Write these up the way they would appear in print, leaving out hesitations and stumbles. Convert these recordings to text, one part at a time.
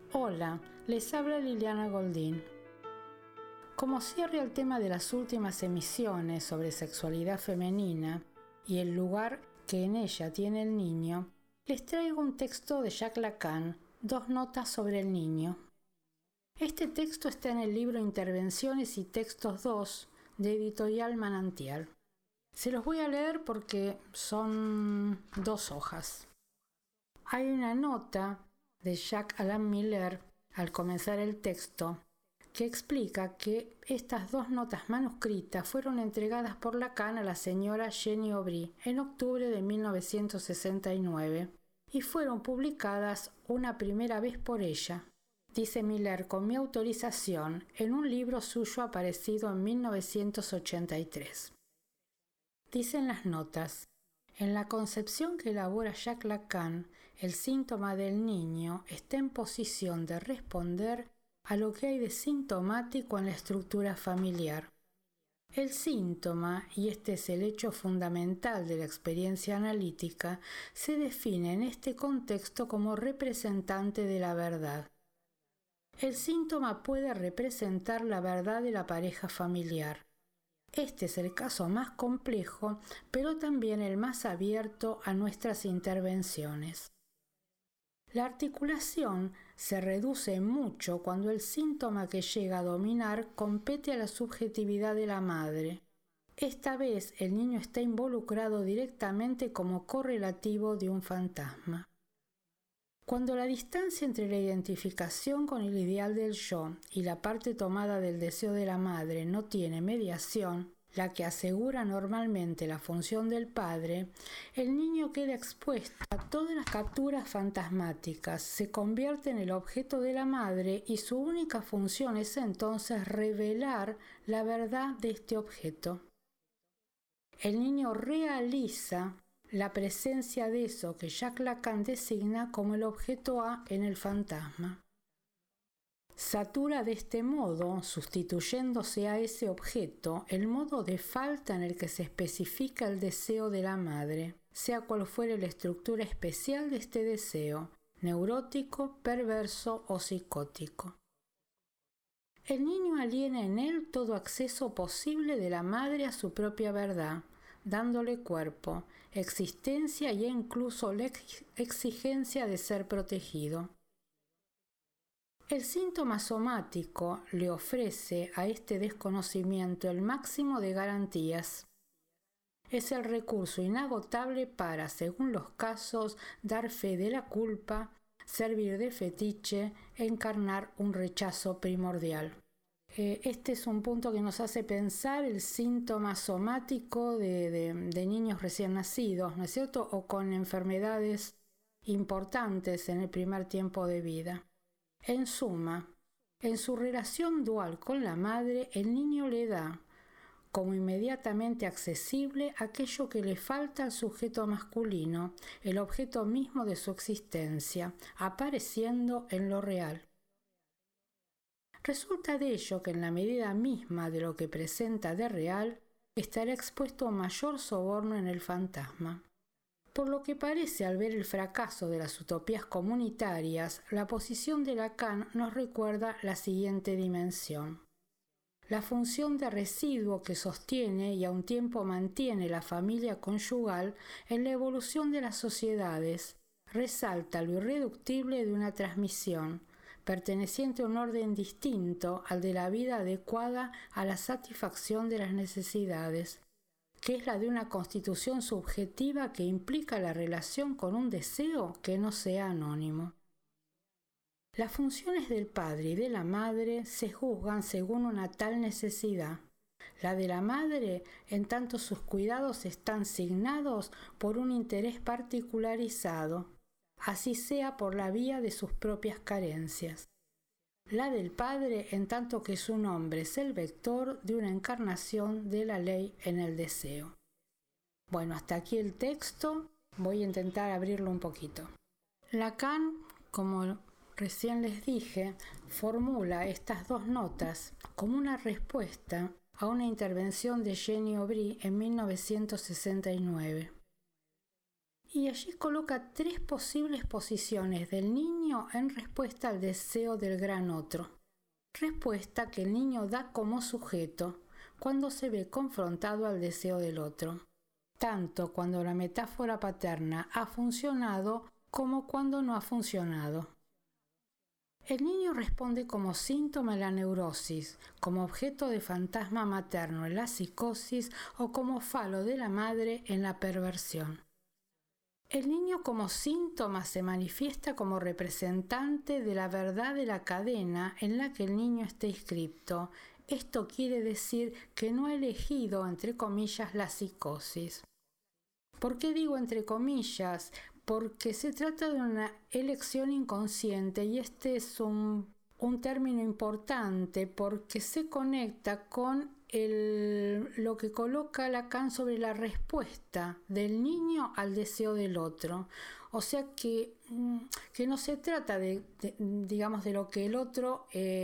Hola, les habla Liliana Goldín. Como cierre al tema de las últimas emisiones sobre sexualidad femenina y el lugar que en ella tiene el niño, les traigo un texto de Jacques Lacan, 2 notas sobre el niño. Este texto está en el libro Intervenciones y Textos 2 de Editorial Manantial. Se los voy a leer porque son 2 hojas. Hay una nota de Jacques Alain Miller al comenzar el texto que explica que estas 2 notas manuscritas fueron entregadas por Lacan a la señora Jenny Aubry en octubre de 1969 y fueron publicadas una primera vez por ella, dice Miller, con mi autorización, en un libro suyo aparecido en 1983. Dicen las notas: en la concepción que elabora Jacques Lacan, el síntoma del niño está en posición de responder a lo que hay de sintomático en la estructura familiar. El síntoma, y este es el hecho fundamental de la experiencia analítica, se define en este contexto como representante de la verdad. El síntoma puede representar la verdad de la pareja familiar. Este es el caso más complejo, pero también el más abierto a nuestras intervenciones. La articulación se reduce mucho cuando el síntoma que llega a dominar compete a la subjetividad de la madre. Esta vez el niño está involucrado directamente como correlativo de un fantasma. Cuando la distancia entre la identificación con el ideal del yo y la parte tomada del deseo de la madre no tiene mediación, la que asegura normalmente la función del padre, el niño queda expuesto a todas las capturas fantasmáticas, se convierte en el objeto de la madre y su única función es entonces revelar la verdad de este objeto. El niño realiza la presencia de eso que Jacques Lacan designa como el objeto A en el fantasma. Satura de este modo, sustituyéndose a ese objeto, el modo de falta en el que se especifica el deseo de la madre, sea cual fuere la estructura especial de este deseo, neurótico, perverso o psicótico. El niño aliena en él todo acceso posible de la madre a su propia verdad, dándole cuerpo, existencia e incluso la exigencia de ser protegido. El síntoma somático le ofrece a este desconocimiento el máximo de garantías. Es el recurso inagotable para, según los casos, dar fe de la culpa, servir de fetiche, encarnar un rechazo primordial. Este es un punto que nos hace pensar el síntoma somático de niños recién nacidos, ¿no es cierto? O con enfermedades importantes en el primer tiempo de vida. En suma, en su relación dual con la madre, el niño le da como inmediatamente accesible aquello que le falta al sujeto masculino, el objeto mismo de su existencia, apareciendo en lo real. Resulta de ello que en la medida misma de lo que presenta de real, estará expuesto a mayor soborno en el fantasma. Por lo que parece, al ver el fracaso de las utopías comunitarias, la posición de Lacan nos recuerda la siguiente dimensión. La función de residuo que sostiene y a un tiempo mantiene la familia conyugal en la evolución de las sociedades resalta lo irreductible de una transmisión, perteneciente a un orden distinto al de la vida adecuada a la satisfacción de las necesidades, que es la de una constitución subjetiva que implica la relación con un deseo que no sea anónimo. Las funciones del padre y de la madre se juzgan según una tal necesidad. La de la madre, en tanto sus cuidados están signados por un interés particularizado, así sea por la vía de sus propias carencias. La del padre, en tanto que su nombre es el vector de una encarnación de la ley en el deseo. Bueno, hasta aquí el texto. Voy a intentar abrirlo un poquito. Lacan, como recién les dije, formula estas 2 notas como una respuesta a una intervención de Jenny Aubry en 1969. y allí coloca 3 posibles posiciones del niño en respuesta al deseo del gran otro. Respuesta que el niño da como sujeto cuando se ve confrontado al deseo del otro, tanto cuando la metáfora paterna ha funcionado como cuando no ha funcionado. El niño responde como síntoma en la neurosis, como objeto de fantasma materno en la psicosis o como falo de la madre en la perversión. El niño como síntoma se manifiesta como representante de la verdad de la cadena en la que el niño está inscripto. Esto quiere decir que no ha elegido, entre comillas, la psicosis. ¿Por qué digo entre comillas? Porque se trata de una elección inconsciente y este es un término importante porque se conecta con lo que coloca Lacan sobre la respuesta del niño al deseo del otro. O sea que no se trata de lo que el otro,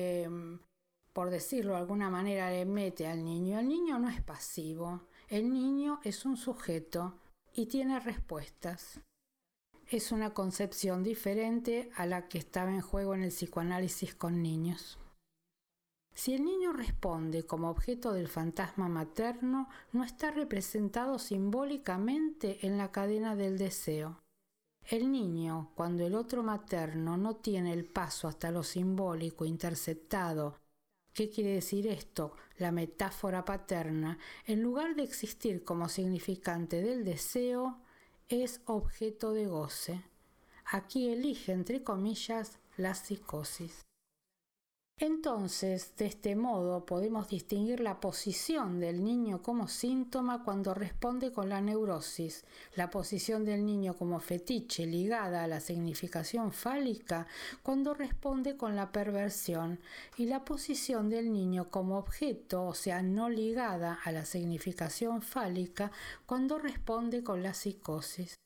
por decirlo de alguna manera, le mete al niño. El niño no es pasivo, el niño es un sujeto y tiene respuestas. Es una concepción diferente a la que estaba en juego en el psicoanálisis con niños. Si el niño responde como objeto del fantasma materno, no está representado simbólicamente en la cadena del deseo. El niño, cuando el otro materno no tiene el paso hasta lo simbólico interceptado, ¿qué quiere decir esto? La metáfora paterna, en lugar de existir como significante del deseo, es objeto de goce. Aquí elige, entre comillas, la psicosis. Entonces, de este modo, podemos distinguir la posición del niño como síntoma cuando responde con la neurosis, la posición del niño como fetiche ligada a la significación fálica cuando responde con la perversión, y la posición del niño como objeto, o sea, no ligada a la significación fálica, cuando responde con la psicosis.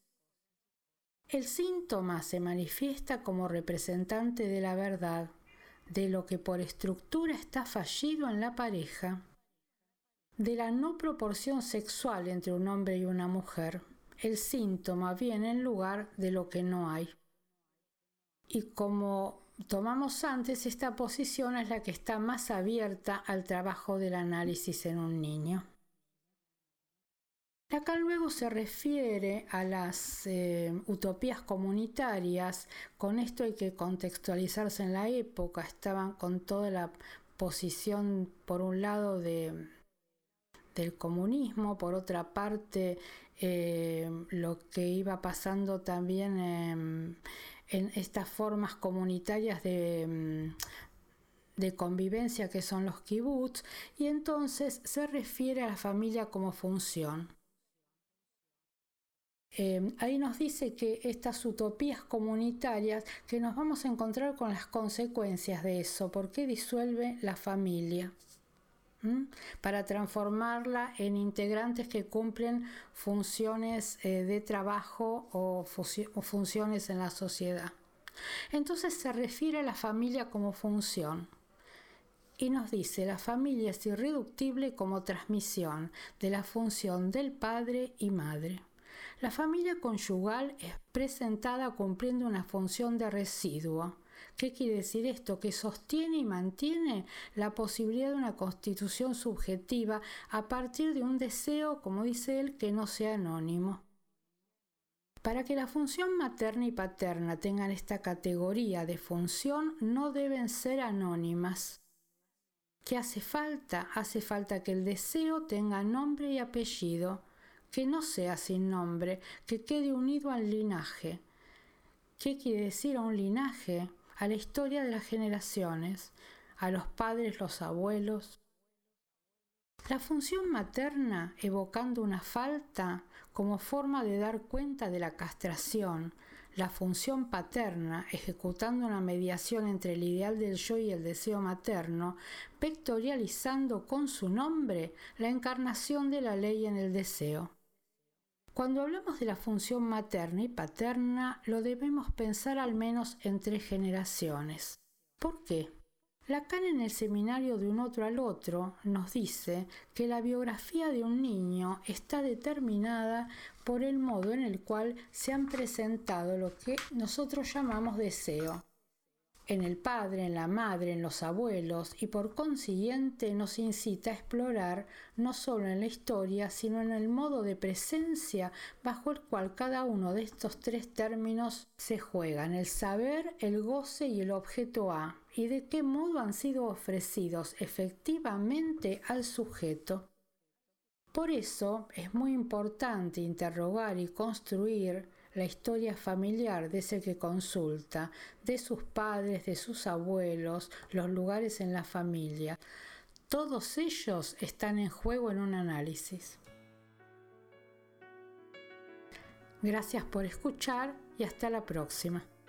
El síntoma se manifiesta como representante de la verdad, de lo que por estructura está fallido en la pareja, de la no proporción sexual entre un hombre y una mujer. El síntoma viene en lugar de lo que no hay. Y como tomamos antes, esta posición es la que está más abierta al trabajo del análisis en un niño. Lacan luego se refiere a las utopías comunitarias. Con esto hay que contextualizarse en la época. Estaban con toda la posición, por un lado, del comunismo, por otra parte, lo que iba pasando también en estas formas comunitarias de convivencia que son los kibutz, y entonces se refiere a la familia como función. Ahí nos dice que estas utopías comunitarias, que nos vamos a encontrar con las consecuencias de eso, porque disuelve la familia, para transformarla en integrantes que cumplen funciones de trabajo o funciones en la sociedad. Entonces se refiere a la familia como función. Y nos dice, la familia es irreductible como transmisión de la función del padre y madre. La familia conyugal es presentada cumpliendo una función de residuo. ¿Qué quiere decir esto? Que sostiene y mantiene la posibilidad de una constitución subjetiva a partir de un deseo, como dice él, que no sea anónimo. Para que la función materna y paterna tengan esta categoría de función, no deben ser anónimas. ¿Qué hace falta? Hace falta que el deseo tenga nombre y apellido, que no sea sin nombre, que quede unido al linaje. ¿Qué quiere decir a un linaje? A la historia de las generaciones, a los padres, los abuelos. La función materna, evocando una falta como forma de dar cuenta de la castración, la función paterna, ejecutando una mediación entre el ideal del yo y el deseo materno, vectorializando con su nombre la encarnación de la ley en el deseo. Cuando hablamos de la función materna y paterna, lo debemos pensar al menos en 3 generaciones. ¿Por qué? Lacan, en el seminario De un otro al otro, nos dice que la biografía de un niño está determinada por el modo en el cual se han presentado lo que nosotros llamamos deseo, en el padre, en la madre, en los abuelos, y por consiguiente nos incita a explorar no solo en la historia, sino en el modo de presencia bajo el cual cada uno de estos tres términos se juegan: el saber, el goce y el objeto A, y de qué modo han sido ofrecidos efectivamente al sujeto. Por eso es muy importante interrogar y construir la historia familiar de ese que consulta, de sus padres, de sus abuelos, los lugares en la familia. Todos ellos están en juego en un análisis. Gracias por escuchar y hasta la próxima.